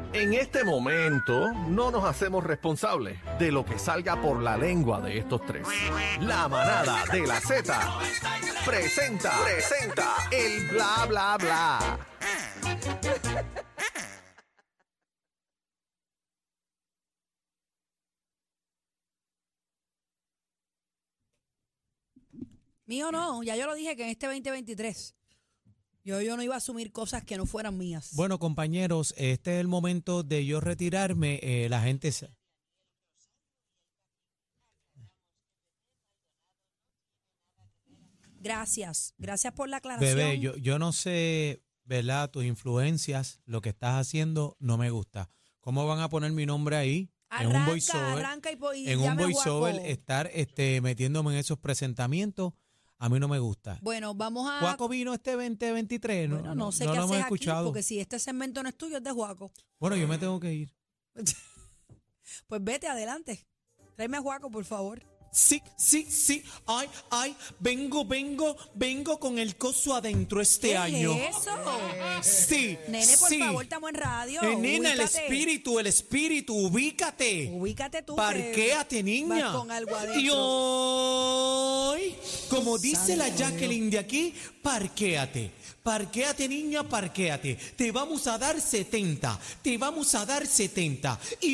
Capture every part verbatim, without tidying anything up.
En este momento no nos hacemos responsables de lo que salga por la lengua de estos tres. La manada de la Z presenta, presenta el bla bla bla. Mío no, ya yo lo dije que en este veinte veintitrés yo, yo no iba a asumir cosas que no fueran mías. Bueno, compañeros, este es el momento de yo retirarme. Eh, la gente... se- Gracias, gracias por la aclaración. Bebé, yo, yo no sé, ¿verdad? Tus influencias, lo que estás haciendo, no me gusta. ¿Cómo van a poner mi nombre ahí? Arranca, en un voiceover, arranca y, po- y en un llame a voiceover Juaco. estar este, metiéndome en esos presentamientos, a mí no me gusta. Bueno, vamos a... Juaco vino este veinte veintitrés, ¿no? Bueno, no sé no qué lo hemos haces aquí, escuchado. porque si este segmento no es tuyo, es de Juaco. Bueno, yo me tengo que ir. Pues vete, adelante. Tráeme a Juaco, por favor. Sí, sí, sí. Ay, ay, vengo, vengo, vengo con el coso adentro este ¿Qué año. es eso? Sí, Nene, por sí. favor, estamos en radio. Eh, nena, el Ubícate. espíritu, el espíritu, ubícate. Ubícate tú. que Parquéate, niña. vas con algo adentro. Y hoy, como dice la Santo Jacqueline de aquí, parquéate. Parquéate, niña, parquéate. Te vamos a dar setenta. Te vamos a dar setenta. Y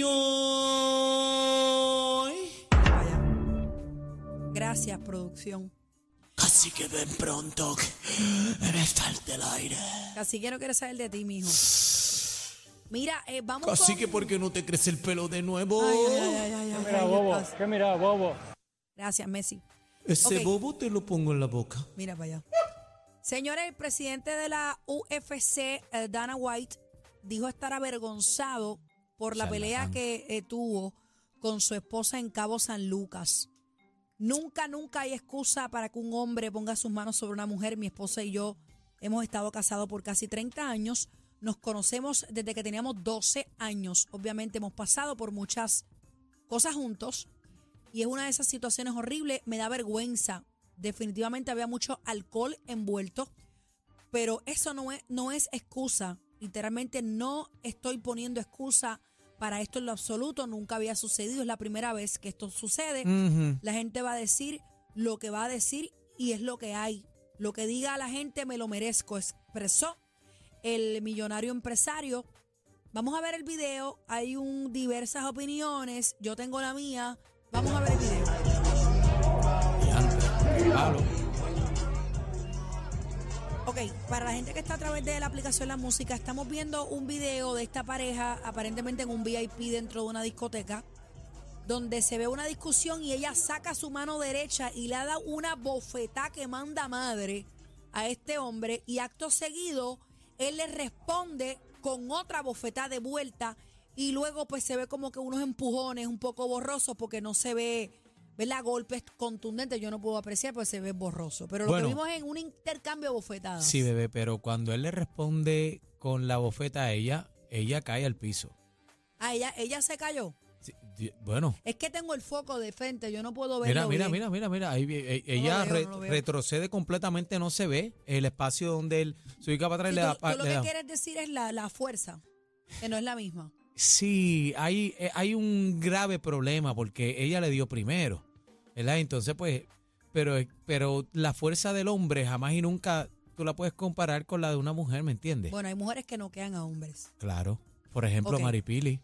hoy... Vaya. Gracias, producción. Así que ven pronto. Eres tal del aire. Así que no quiero saber de ti, mijo. Mira, eh, vamos Así con... que ¿por qué no te crece el pelo de nuevo? Ay, ay, ay, ay, ay, Mira, ay, bobo, pasa. ¿qué mira, bobo? Gracias, Messi. Ese Ok. bobo te lo pongo en la boca. Mira para allá. Señores, el presidente de la U F C, eh, Dana White, dijo estar avergonzado por la pelea Charlatán. que eh, tuvo con su esposa en Cabo San Lucas. Nunca, nunca hay excusa para que un hombre ponga sus manos sobre una mujer. Mi esposa y yo hemos estado casados por casi treinta años. Nos conocemos desde que teníamos doce años. Obviamente hemos pasado por muchas cosas juntos y es una de esas situaciones horribles. Me da vergüenza. Definitivamente había mucho alcohol envuelto, pero eso no es, no es excusa. Literalmente no estoy poniendo excusa para esto en lo absoluto. Nunca había sucedido. Es la primera vez que esto sucede. Ujú. La gente va a decir lo que va a decir y es lo que hay. Lo que diga la gente me lo merezco, expresó el millonario empresario. Vamos a ver el video. Hay un, diversas opiniones. Yo tengo la mía. Vamos a ver el video. Claro. Ok, para la gente que está a través de la aplicación La Música, estamos viendo un video de esta pareja aparentemente en un V I P dentro de una discoteca, donde se ve una discusión y ella saca su mano derecha y le da una bofetada que manda madre a este hombre y acto seguido él le responde con otra bofetada de vuelta y luego pues se ve como que unos empujones un poco borrosos porque no se ve, ¿verdad? Golpes contundentes, yo no puedo apreciar porque se ve borroso, pero lo Bueno. que vimos es en un intercambio de bofetadas. Sí, bebé, pero cuando él le responde con la bofeta a ella, ella cae al piso. Ah, ella, ella se cayó. Sí, di- bueno, Es que tengo el foco de frente, yo no puedo mira, verlo mira, bien. mira, mira, mira. Ahí, eh, ella veo, re- no lo veo. retrocede completamente, no se ve el espacio donde él se ubica para atrás. Sí, le da tú, pa- tú lo le que da- quieres decir es la, la fuerza, que no es la misma. Sí, hay, eh, hay un grave problema porque ella le dio primero, ¿verdad? Entonces, pues, pero, pero la fuerza del hombre jamás y nunca tú la puedes comparar con la de una mujer, ¿me entiendes? Bueno, hay mujeres que no quedan a hombres. Claro. Por ejemplo, Ok. Maripili.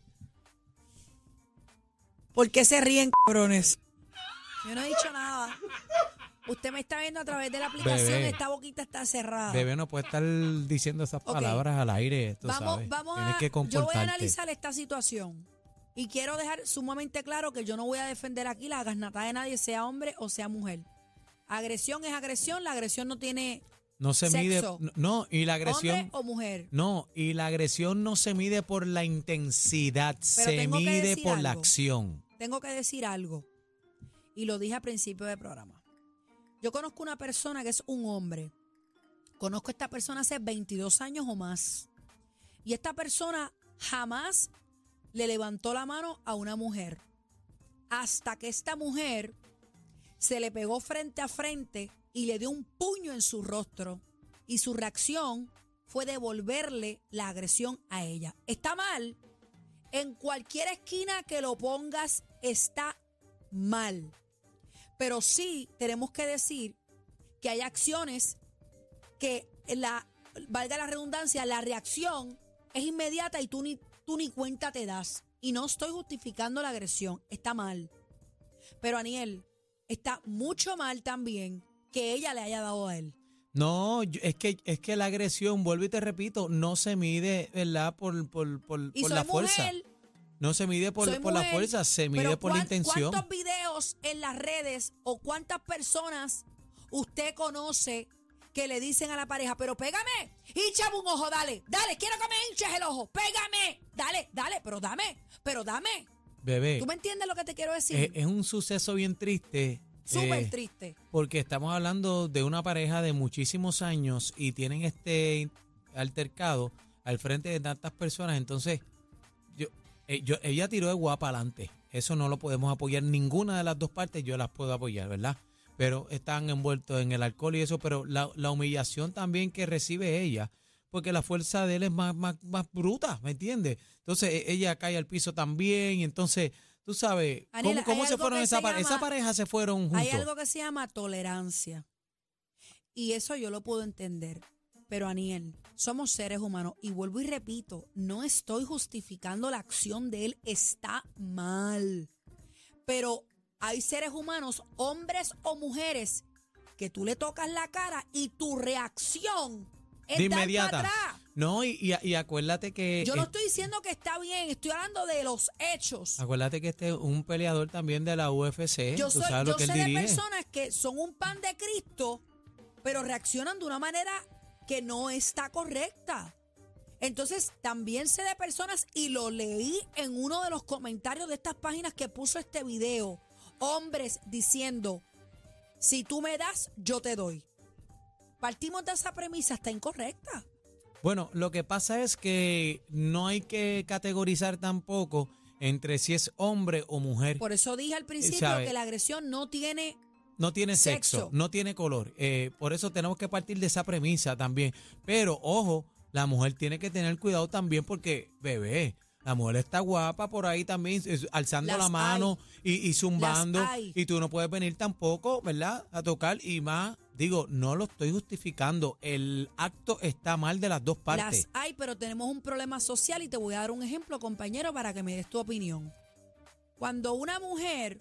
¿Por qué se ríen, cabrones? Yo no he dicho nada. Usted me está viendo a través de la aplicación, Bebé. esta boquita está cerrada. Bebé no puede estar diciendo esas Ok. palabras al aire, tú Vamos, sabes. vamos Tienes a, que yo voy a comportarte. analizar esta situación y quiero dejar sumamente claro que yo no voy a defender aquí la gasnatada de nadie, sea hombre o sea mujer. Agresión es agresión, la agresión no tiene No se mide, sexo. no, y la hombre agresión, o mujer. no, y la agresión no se mide por la intensidad, se tengo que mide decir por la algo. acción. Tengo que decir algo y lo dije al principio del programa. Yo conozco una persona que es un hombre. Conozco a esta persona hace veintidós años o más. Y esta persona jamás le levantó la mano a una mujer. Hasta que esta mujer se le pegó frente a frente y le dio un puño en su rostro. Y su reacción fue devolverle la agresión a ella. Está mal, En cualquier esquina que lo pongas está mal. Pero sí tenemos que decir que hay acciones que, la, valga la redundancia, la reacción es inmediata y tú ni, tú ni cuenta te das. Y no estoy justificando la agresión, está mal. Pero Aniel, está mucho mal también que ella le haya dado a él. No, yo- es que es que la agresión, vuelvo y te repito, no se mide, ¿verdad? Por, por, por, Y por soy la fuerza. mujer, No se mide por, soy por la mujer, fuerza, se mide pero por la ¿cuán- intención. ¿cuántos videos en las redes o cuántas personas usted conoce que le dicen a la pareja, pero pégame, hinchame un ojo, dale, dale, quiero que me hinches el ojo, pégame, dale, dale, pero dame, pero dame. Bebé, ¿Tú me entiendes lo que te quiero es, decir? es un suceso bien triste. Súper eh, triste. Porque estamos hablando de una pareja de muchísimos años y tienen este altercado al frente de tantas personas. Entonces, yo, eh, yo, ella tiró de guapa adelante. Eso no lo podemos apoyar. Ninguna de las dos partes yo las puedo apoyar, ¿verdad? Pero están envueltos en el alcohol y eso. Pero la, la humillación también que recibe ella, porque la fuerza de él es más, más, más bruta, ¿me entiendes? Entonces, e- ella cae al piso también y entonces... Tú sabes, Aniela, ¿cómo, cómo hay se algo fueron que esa se pareja? llama- Esa pareja se fueron juntos. Hay algo que se llama tolerancia. Y eso yo lo puedo entender. Pero Aniel, somos seres humanos. Y vuelvo y repito, no estoy justificando la acción de él. Está mal. Pero hay seres humanos, hombres o mujeres, que tú le tocas la cara y tu reacción es De dar inmediata. para atrás. No, y, y, y acuérdate que... Yo no eh, estoy diciendo que está bien, estoy hablando de los hechos. Acuérdate que este es un peleador también de la U F C. Yo Tú soy, sabes lo yo que él sé de dirige. personas que son un pan de Cristo, pero reaccionan de una manera que no está correcta. Entonces, también sé de personas, y lo leí en uno de los comentarios de estas páginas que puso este video, hombres diciendo, si tú me das, yo te doy. Partimos de esa premisa, está incorrecta. Bueno, lo que pasa es que no hay que categorizar tampoco entre si es hombre o mujer. Por eso dije al principio sabe. que la agresión no tiene... No tiene sexo, Sexo. no tiene color. Eh, por eso tenemos que partir de esa premisa también. Pero, ojo, la mujer tiene que tener cuidado también porque, bebé, la mujer está guapa por ahí también, es- alzando Las la mano y, y zumbando. Las hay. Y tú no puedes venir tampoco, ¿verdad?, a tocar. Y más, digo, no lo estoy justificando. El acto está mal de las dos partes. Las hay, pero tenemos un problema social y te voy a dar un ejemplo, compañero, para que me des tu opinión. Cuando una mujer,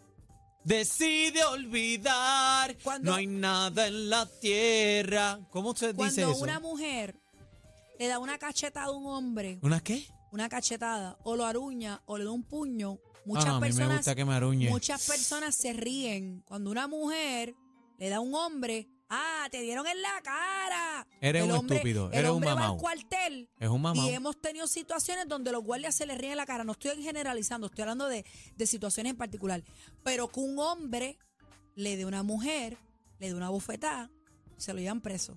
Decide olvidar, Cuando- no hay nada en la tierra. ¿Cómo se dice cuando eso? una mujer le da una cachetada a un hombre, ¿Una qué? una cachetada, o lo aruña, o le da un puño, Ah, muchas no, a mí me personas, gusta que me aruñe. muchas personas se ríen. Cuando una mujer le da a un hombre, ah, te dieron en la cara. Eres El un hombre- estúpido, el eres un hombre va mamau. al cuartel. Es un mamá. Y hemos tenido situaciones donde los guardias se les ríen en la cara. No estoy generalizando, estoy hablando de, de situaciones en particular. Pero que un hombre le dé a una mujer, le dé una bofetada, se lo llevan preso.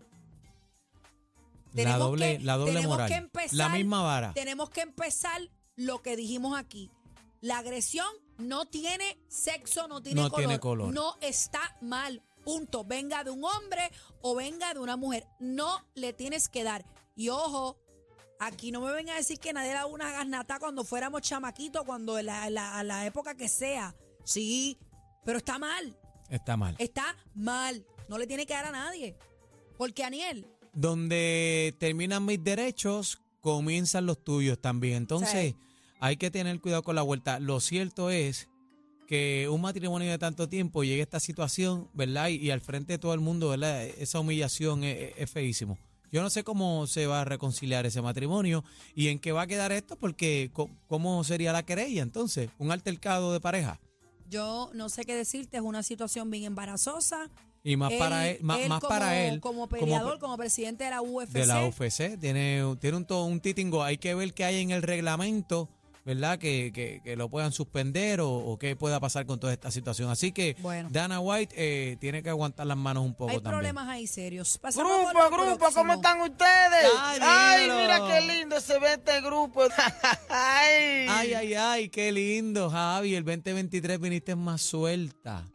La Tenemos doble, que- la doble tenemos moral. que empezar- la misma vara. Tenemos que empezar lo que dijimos aquí. La agresión no tiene sexo, no tiene No color. tiene color. No está mal. Punto. Venga de un hombre o venga de una mujer. No le tienes que dar. Y ojo, aquí no me vengan a decir que nadie da una garnata cuando fuéramos chamaquitos, cuando en la, la- a la época que sea. Sí, pero está mal. Está mal. Está mal. No le tiene que dar a nadie. Porque, Aniel, Donde terminan mis derechos, comienzan los tuyos también. Entonces, Sí. hay que tener cuidado con la vuelta. Lo cierto es que un matrimonio de tanto tiempo llegue a esta situación, ¿verdad? Y, y al frente de todo el mundo, ¿verdad? Esa humillación es, es feísimo. Yo no sé cómo se va a reconciliar ese matrimonio y en qué va a quedar esto, porque co- ¿cómo sería la querella entonces? ¿Un altercado de pareja? yo no sé qué decirte. Es una situación bien embarazosa. Y más para él, más, más como, para él. como peleador, como, presidente de la U F C. De la U F C, tiene, tiene un, todo un titingo. Hay que ver qué hay en el reglamento, ¿verdad? Que, que, que lo puedan suspender o, o qué pueda pasar con toda esta situación. Así que Bueno. Dana White eh, tiene que aguantar las manos un poco Hay también. problemas ahí serios. Pasamos Grupo, con lo grupo, próximo. ¿cómo están ustedes? Ay, Ay, dímelo. mira qué lindo se ve este grupo. Ay. Ay, ay, ay, qué lindo, Javi. El veinte veintitrés viniste más suelta.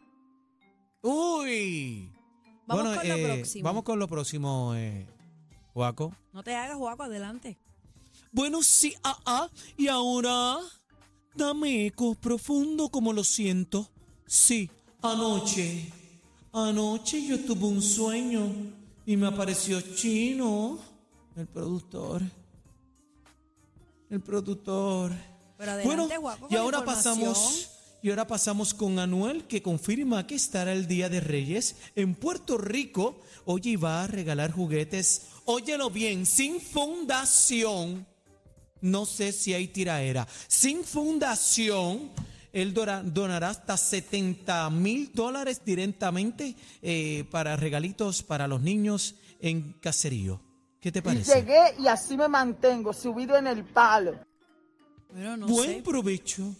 Uy. Vamos Bueno, con lo eh, próximo. Vamos con lo próximo, eh, Juaco. No te hagas, Juaco, adelante. Bueno, sí, ah, ah. Y ahora Dame eco profundo como lo siento. Sí, anoche, anoche yo tuve un sueño y me apareció Chino, el productor. El productor. Pero adelante, Bueno, guapo, con y la ahora información. pasamos, y ahora pasamos con Anuel, que confirma que estará el Día de Reyes en Puerto Rico. Oye, y va a regalar juguetes. Óyelo bien, sin fundación. No sé si hay tiraera. Sin fundación, él dora- donará hasta setenta mil dólares directamente eh, para regalitos para los niños en caserío. ¿Qué te Y parece? llegué y así me mantengo, subido en el palo. Bueno, no Buen sé. provecho.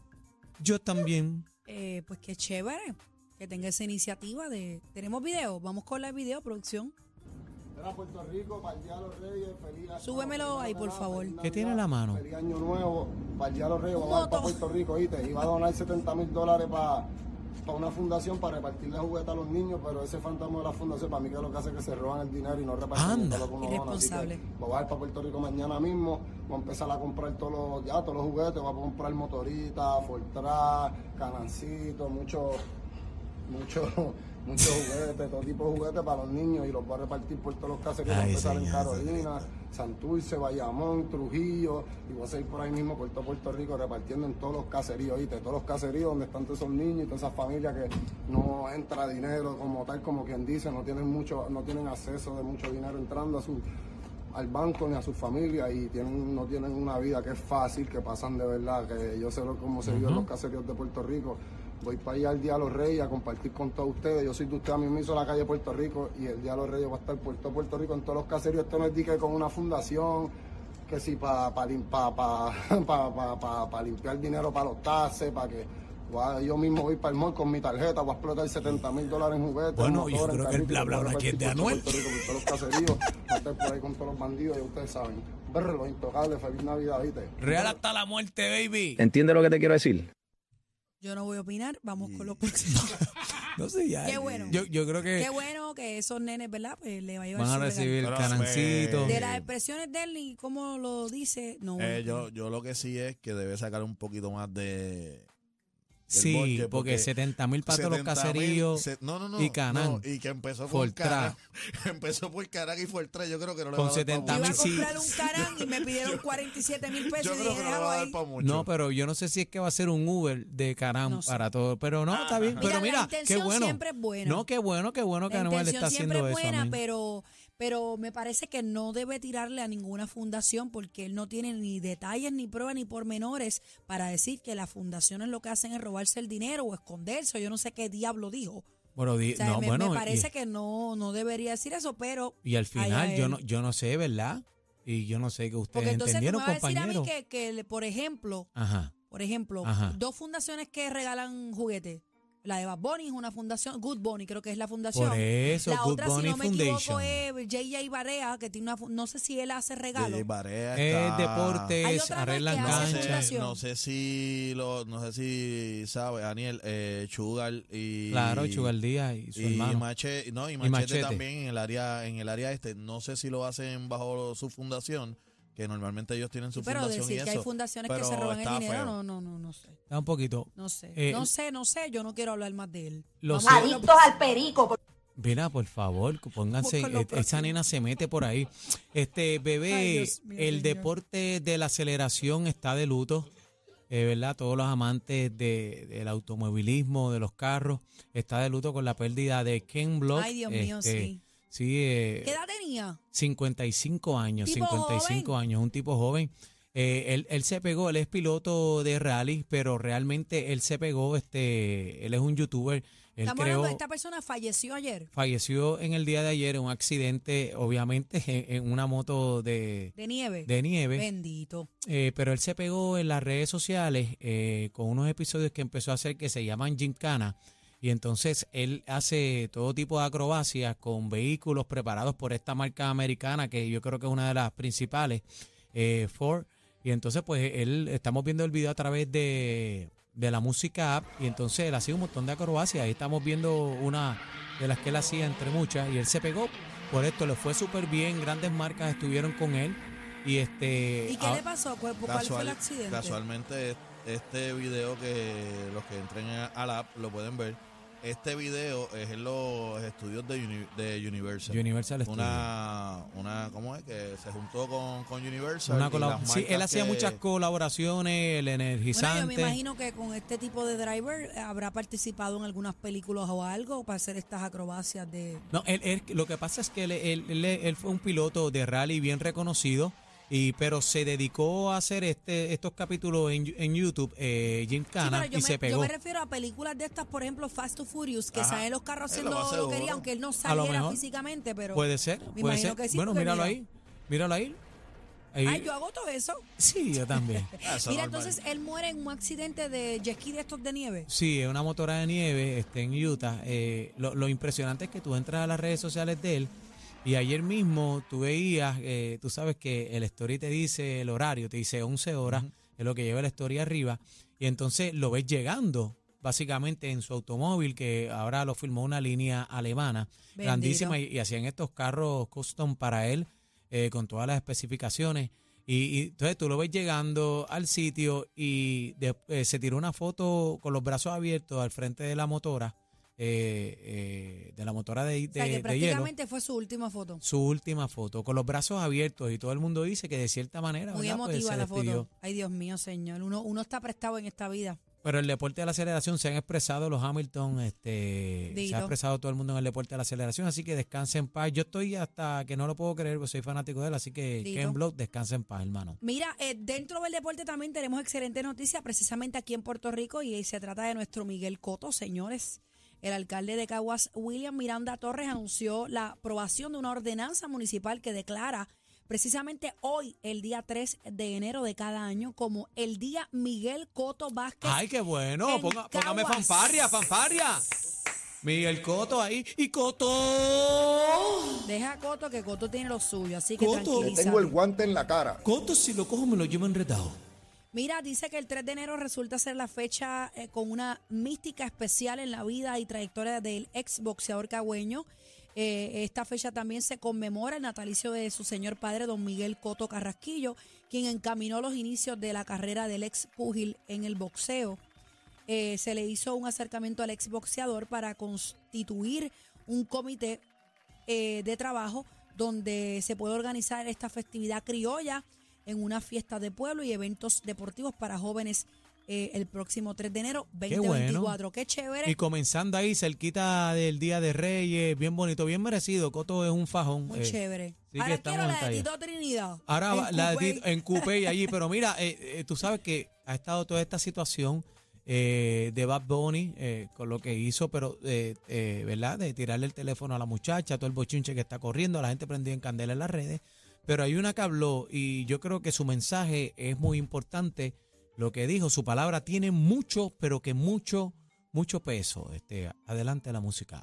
Yo también. Eh, pues qué chévere que tenga esa iniciativa de... ¿Tenemos video? Vamos con la video, producción. Era Puerto Rico, para el Día de los Reyes, feliz año. Súbemelo ahí, por favor. Feliz ¿Qué tiene en Navidad, la mano? Feliz año nuevo, para el Día de los Reyes, Un vamos a ir para moto. Puerto Rico, ¿viste? Iba a donar setenta mil dólares para una fundación para repartirle juguetes a los niños, pero ese fantasma de la fundación para mí que es lo que hace es que se roban el dinero y no reparten Anda. todo lo que uno dona. Así que Irresponsable. voy a ir para Puerto Rico mañana mismo, voy a empezar a comprar todos los, ya, todos los juguetes, voy a comprar motoritas, Fortrack, Canancito, mucho, mucho, muchos juguetes, todo tipo de juguetes para los niños y los voy a repartir por todos los caseríos. Voy a Ay, empezar en señor. Carolina, Santurce, Bayamón, Trujillo y voy a seguir por ahí mismo por todo Puerto Rico repartiendo en todos los caseríos, ¿viste? Todos los caseríos donde están todos esos niños y todas esas familias que no entra dinero como tal, como quien dice, no tienen mucho, no tienen acceso de mucho dinero entrando a su al banco ni a sus familias y tienen, no tienen una vida que es fácil, que pasan de verdad, que yo sé lo- cómo se vive en los caseríos de Puerto Rico. Voy para allá el Día de los Reyes a compartir con todos ustedes. Yo soy de ustedes, a mí me hizo la calle Puerto Rico y el Día de los Reyes va a estar por todo Puerto Rico en todos los caseríos. Esto no es de que con una fundación, que si para pa, pa, pa, pa, pa, pa, pa limpiar dinero para los taxes, para que voy a- yo mismo voy para el mall con mi tarjeta, voy a explotar setenta mil dólares en juguetes. Bueno, en yo motores, creo en que el bla, carritos, bla, voy a bla aquí es de repartir por Anuel. todo Puerto Rico, por todos los caseríos, voy a estar por ahí con todos los bandidos, ya ustedes saben. Verre, los intocables, feliz Navidad, ¿viste? Real hasta la muerte, baby. ¿Entiendes lo que te quiero decir? Yo no voy a opinar, vamos con los próximos. No sé ya. Qué bueno. Yo, yo creo que Qué bueno que esos nenes, ¿verdad? Pues le va a llevar van a su recibir regalo. Pero, canancito. me- De las expresiones de él y cómo lo dice, no. Eh, yo, yo lo que sí es que debe sacar un poquito más de... del Sí, bosque, porque setenta mil para todos los setenta mil, caseríos se- no, no, no, y Canán. no, y que empezó por Fortrack. Canán. Empezó por Canán y Fortrack. Yo creo que no le Con va a dar pa' setenta Iba mil, a mucho. sí. comprar un carán y me pidieron cuarenta y siete mil pesos Yo y creo dije, que no le déjalo va a dar ahí. para mucho. No, pero yo no sé si es que va a ser un Uber de Caram No sé. para todo. Pero no, está bien. Mira, Pero la mira, qué intención bueno. siempre es buena. No, qué bueno, qué bueno que La Anuel intención está siempre haciendo es eso. buena, amén. pero, pero me parece que no debe tirarle a ninguna fundación porque él no tiene ni detalles, ni pruebas, ni pormenores para decir que las fundaciones lo que hacen es robarse el dinero o esconderse, o yo no sé qué diablo dijo. Bueno, di- O sea, no, me, bueno, me parece y, que no, no debería decir eso, pero... y al allá final yo él. no, yo no sé, ¿verdad? Y yo no sé que ustedes Porque entonces tú me entendieron, vas a decir a compañeros. mí que, que, le- por ejemplo, Ajá. por ejemplo, Ajá. dos fundaciones que regalan juguetes. La de Bad Bunny es una fundación, Good Bunny creo que es la fundación. Por eso, la Good otra, Bunny si no me equivoco, Foundation. es J J Barea, que tiene una, fu- no sé si él hace regalos. De Barea Es está- Hay deportes, otra más arreglan que No hace sé, canchas. fundación. no sé si lo, no sé si sabe, Daniel, eh, Chugal y Claro, Chugal Díaz y su y hermano. Machete, no, y Machete, Machete. también en el área, en el área este. No sé si lo hacen bajo su fundación, que normalmente ellos tienen su Sí, pero fundación y decir que hay eso. fundaciones que pero se roban el está dinero, feo. no, no, no, no sé. Está un poquito. No sé, Eh, no sé, no sé, yo no quiero hablar más de él. Los Vamos a sí- lo- Adictos al perico. Mira, por favor, pónganse. Vamos con lo eh, Esa próximo. nena se mete por ahí. Este bebé, Ay, Dios mío, el señor. deporte de la aceleración está de luto. Eh, ¿Verdad? Todos los amantes de, del automovilismo, de los carros, está de luto con la pérdida de Ken Block. Ay, Dios mío, Este, sí. Sí, eh, ¿Qué edad tenía? cincuenta y cinco años, ¿Tipo cincuenta y cinco joven? años, un tipo joven. Eh, él, él se pegó, él es piloto de rally, pero realmente él se pegó, este, él es un youtuber, él Estamos creó, hablando de esta persona falleció ayer, falleció en el día de ayer en un accidente, obviamente en, en una moto de, de nieve. de nieve, Bendito. eh, pero él se pegó en las redes sociales eh, con unos episodios que empezó a hacer que se llaman Gymkhana. Y entonces él hace todo tipo de acrobacias con vehículos preparados por esta marca americana que yo creo que es una de las principales, eh, Ford. Y entonces pues él, estamos viendo el video a través de, de la música app y entonces él hacía un montón de acrobacias. Ahí estamos viendo una de las que él hacía entre muchas y él se pegó. Por esto le fue súper bien, grandes marcas estuvieron con él. Y este ¿Y qué ah, le pasó? ¿Cuál, cuál fue el Casual- accidente? Casualmente, este video que los que entren a a la app lo pueden ver. Este video es en los estudios de, Uni- de Universal. Universal Studios. Una, una, ¿cómo es? Que se juntó con, con Universal. Una y colab- las sí, él marcas hacía que- muchas colaboraciones, el Bueno, yo energizante. me imagino que con este tipo de driver habrá participado en algunas películas o algo para hacer estas acrobacias de... No, él, él- lo que pasa es que él, él- él- él fue un piloto de rally bien reconocido, y pero se dedicó a hacer este estos capítulos en, en YouTube, eh, Jim Sí, Cana, pero yo y me, se yo pegó. me refiero a películas de estas, por ejemplo, Fast to Furious, que Ajá. salen los carros Eh, haciendo lo más lo que quería, seguro. aunque él no A lo saliera mejor. físicamente, pero... Puede ser, me puede imagino ser. que sí, bueno, porque míralo mira. ahí, míralo ahí. Ahí- Ay, yo hago todo eso. Sí, yo también. Ah, eso Mira, normal. entonces él muere en un accidente de jet ski de estos de nieve. Sí, es una motora de nieve este, en Utah. Eh, lo, lo impresionante es que tú entras a las redes sociales de él y ayer mismo tú veías, eh, tú sabes que el story te dice el horario, te dice once horas, es lo que lleva el story arriba, y entonces lo ves llegando básicamente en su automóvil, que ahora lo filmó una línea alemana, Bendito. grandísima, y, y hacían estos carros custom para él, eh, con todas las especificaciones. Y, y entonces tú lo ves llegando al sitio y de- eh, se tiró una foto con los brazos abiertos al frente de la motora, eh, eh, de la motora de, O sea, de- que de hielo. prácticamente fue su última foto. Su última foto, con los brazos abiertos, y todo el mundo dice que de cierta manera, Muy ¿verdad? Pues emotiva se la despidió. foto. Ay, Dios mío, señor. Uno, uno está prestado en esta vida. Pero el deporte de la aceleración se han expresado los Hamilton, este, se Dito. ha expresado todo el mundo en el deporte de la aceleración, así que descanse en paz. Yo estoy hasta que no lo puedo creer, porque soy fanático de él, así que Dito. Ken Block, descanse en paz, hermano. Mira, eh, dentro del deporte también tenemos excelente noticia, precisamente aquí en Puerto Rico, y se trata de nuestro Miguel Cotto, señores. El alcalde de Caguas, William Miranda Torres, anunció la aprobación de una ordenanza municipal que declara precisamente hoy, el día tres de enero de cada año, como el día Miguel Cotto Vázquez. Ay, qué bueno, en Ponga- póngame Caguas. fanfarria, fanfarria. Miguel Cotto ahí, y Cotto. Deja a Cotto, que Cotto tiene lo suyo, así que Cotto. Le tranquilízate. tengo el guante en la cara. Cotto, si lo cojo me lo llevo enredado. Mira, dice que el tres de enero resulta ser la fecha eh, con una mística especial en la vida y trayectoria del ex boxeador cagüeño. Eh, esta fecha también se conmemora el natalicio de su señor padre, don Miguel Cotto Carrasquillo, quien encaminó los inicios de la carrera del ex púgil en el boxeo. Eh, se le hizo un acercamiento al ex boxeador para constituir un comité eh, de trabajo donde se puede organizar esta festividad criolla en una fiesta de pueblo y eventos deportivos para jóvenes eh, el próximo tres de enero veinte veinticuatro. Qué chévere. Y comenzando ahí, cerquita del Día de Reyes, bien bonito, bien merecido. Cotto es un fajón. Muy eh, chévere. sí que Ahora estamos quiero en la de calle. Tito Trinidad. Ahora en va la de Coupey. Tito- en Coupey allí, pero mira, eh, eh, tú sabes que ha estado toda esta situación eh, de Bad Bunny eh, con lo que hizo, pero eh, eh, ¿verdad? De tirarle el teléfono a la muchacha, todo el bochinche que está corriendo, la gente prendida en candela en las redes. Pero hay una que habló y yo creo que su mensaje es muy importante. Lo que dijo, su palabra tiene mucho, pero que mucho, mucho peso. Este, adelante la música.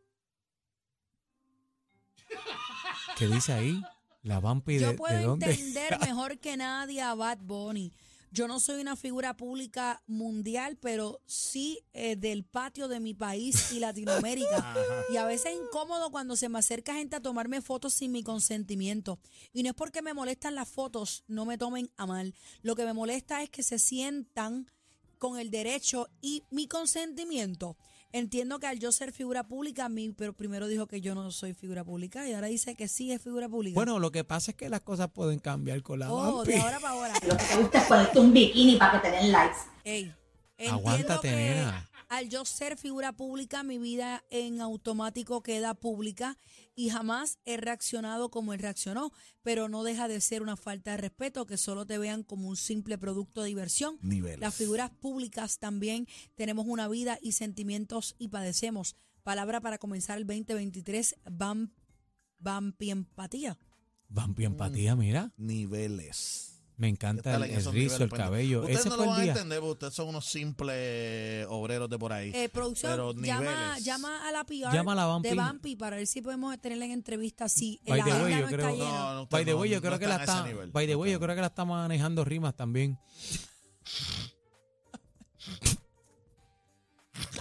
¿Qué dice ahí? La vampi de, Yo ¿de puedo dónde? entender mejor que nadie a Bad Bunny. Yo no soy una figura pública mundial, pero sí eh, del patio de mi país y Latinoamérica. Y a veces es incómodo cuando se me acerca gente a tomarme fotos sin mi consentimiento. Y no es porque me molestan las fotos, no me tomen a mal. Lo que me molesta es que se sientan con el derecho y mi consentimiento. Entiendo que al yo ser figura pública, a mí, pero primero dijo que yo no soy figura pública y ahora dice que sí es figura pública. Bueno, lo que pasa es que las cosas pueden cambiar con la oh, vampi. de ahora para ahora. Lo que te gusta es ponerte un bikini para que te den likes. Ey, entiendo Aguántate, que nena. al yo ser figura pública, mi vida en automático queda pública y jamás he reaccionado como él reaccionó, pero no deja de ser una falta de respeto que solo te vean como un simple producto de diversión. Niveles. Las figuras públicas también tenemos una vida y sentimientos y padecemos. Palabra para comenzar el veinte veintitrés, vam, vampi empatía. Vampi empatía, mira. Niveles. Me encanta el, Están en el esos rizo, niveles, el pendejo. cabello. Ustedes Ese no fue lo el van a día. entender porque ustedes son unos simples obreros de por ahí. Eh, producción, Pero llama, niveles. llama a la P R Llama a la Vampi. de Vampi para ver si podemos tenerla en entrevista. Si By la the way, agenda yo no está creo- llena. No, no, By the no, way, yo no creo que la están a está, ese nivel. by the No way, yo están. creo que la está manejando rimas también.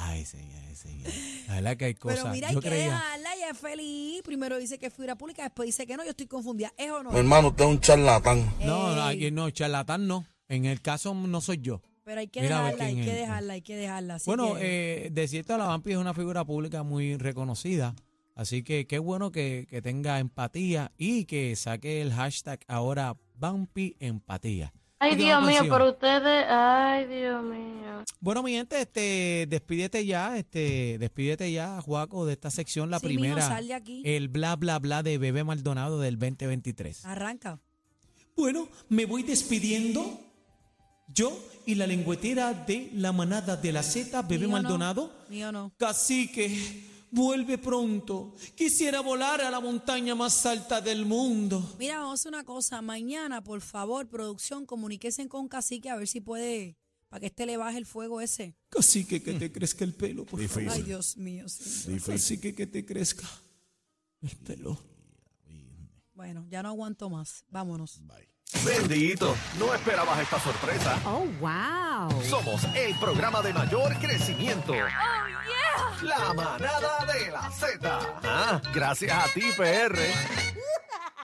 Ay, señor, señor. La verdad que hay cosas. Pero mira, hay Yo que creía. dejarla, ella es feliz. Primero dice que es figura pública, después dice que no. Yo estoy confundida. ¿Es o no? Mi hermano, usted es un charlatán. No, no, Ey, aquí no, charlatán no. En el caso no soy yo. pero hay que Mira a ver dejarla, hay quién que es. dejarla, hay que dejarla. Así Bueno, que- eh, de cierto, la Vampi es una figura pública muy reconocida. Así que qué bueno que, que tenga empatía y que saque el hashtag ahora Vampi Empatía. Ay, ¿Y qué Dios más mío, canción? pero ustedes, ay, Dios mío. Bueno, mi gente, este, despídete ya, este, despídete ya, Juaco, de esta sección, la Sí, mijo, primera, sal de aquí. el bla, bla, bla de Bebé Maldonado del veinte veintitrés. Arranca. Bueno, me voy despidiendo. Yo y la lengüetera de la manada de la Z, Bebé Mío no, Maldonado. mío no. Cacique, vuelve pronto. Quisiera volar a la montaña más alta del mundo. Mira, vamos a hacer una cosa. Mañana, por favor, producción, comuníquense con Cacique a ver si puede, para que este le baje el fuego ese. Cacique, que te crezca el pelo, por favor. Ay, Dios mío. Sí. Cacique, que te crezca el pelo. Bueno, ya no aguanto más. Vámonos. Bendito, no esperabas esta sorpresa. Oh, wow. Somos el programa de mayor crecimiento. La manada de la Z. Ah, gracias a ti, P R.